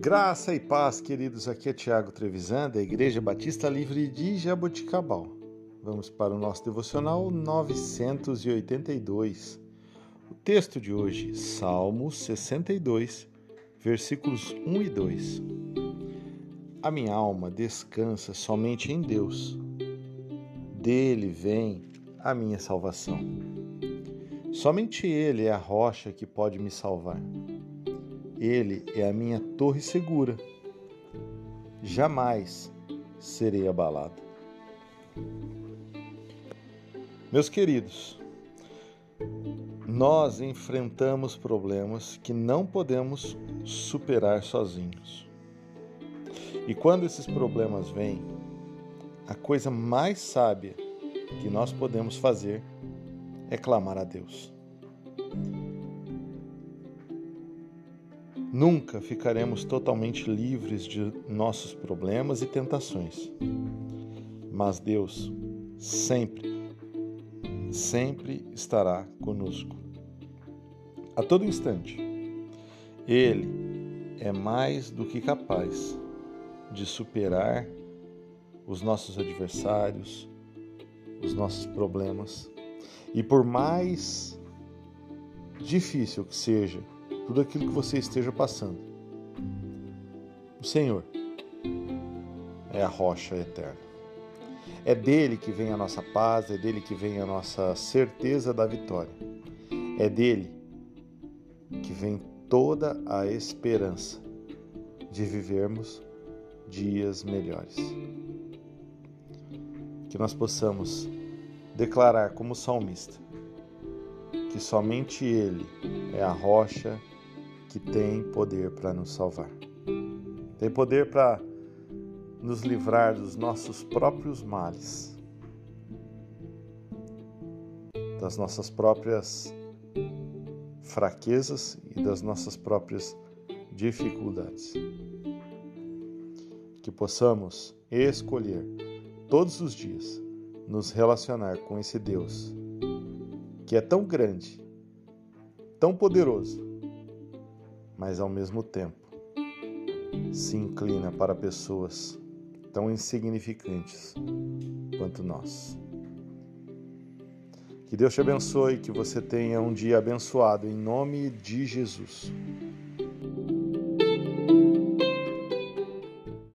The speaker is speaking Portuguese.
Graça e paz, queridos. Aqui é Tiago Trevisan, da Igreja Batista Livre de Jaboticabal. Vamos para o nosso devocional 982. O texto de hoje, Salmo 62, versículos 1 e 2. A minha alma descansa somente em Deus. Dele vem a minha salvação. Somente Ele é a rocha que pode me salvar. Ele é a minha torre segura. Jamais serei abalado. Meus queridos, nós enfrentamos problemas que não podemos superar sozinhos. E quando esses problemas vêm, a coisa mais sábia que nós podemos fazer é clamar a Deus. Nunca ficaremos totalmente livres de nossos problemas e tentações. Mas Deus sempre estará conosco. A todo instante. Ele é mais do que capaz de superar os nossos adversários, os nossos problemas. E por mais difícil que seja tudo aquilo que você esteja passando, o Senhor é a rocha eterna. É dele que vem a nossa paz, é dele que vem a nossa certeza da vitória. É dele que vem toda a esperança de vivermos dias melhores. Que nós possamos declarar como salmista que somente Ele é a rocha que tem poder para nos salvar. Tem poder para nos livrar dos nossos próprios males, das nossas próprias fraquezas e das nossas próprias dificuldades. Que possamos escolher todos os dias nos relacionar com esse Deus que é tão grande, tão poderoso, mas ao mesmo tempo se inclina para pessoas tão insignificantes quanto nós. Que Deus te abençoe, que você tenha um dia abençoado, em nome de Jesus.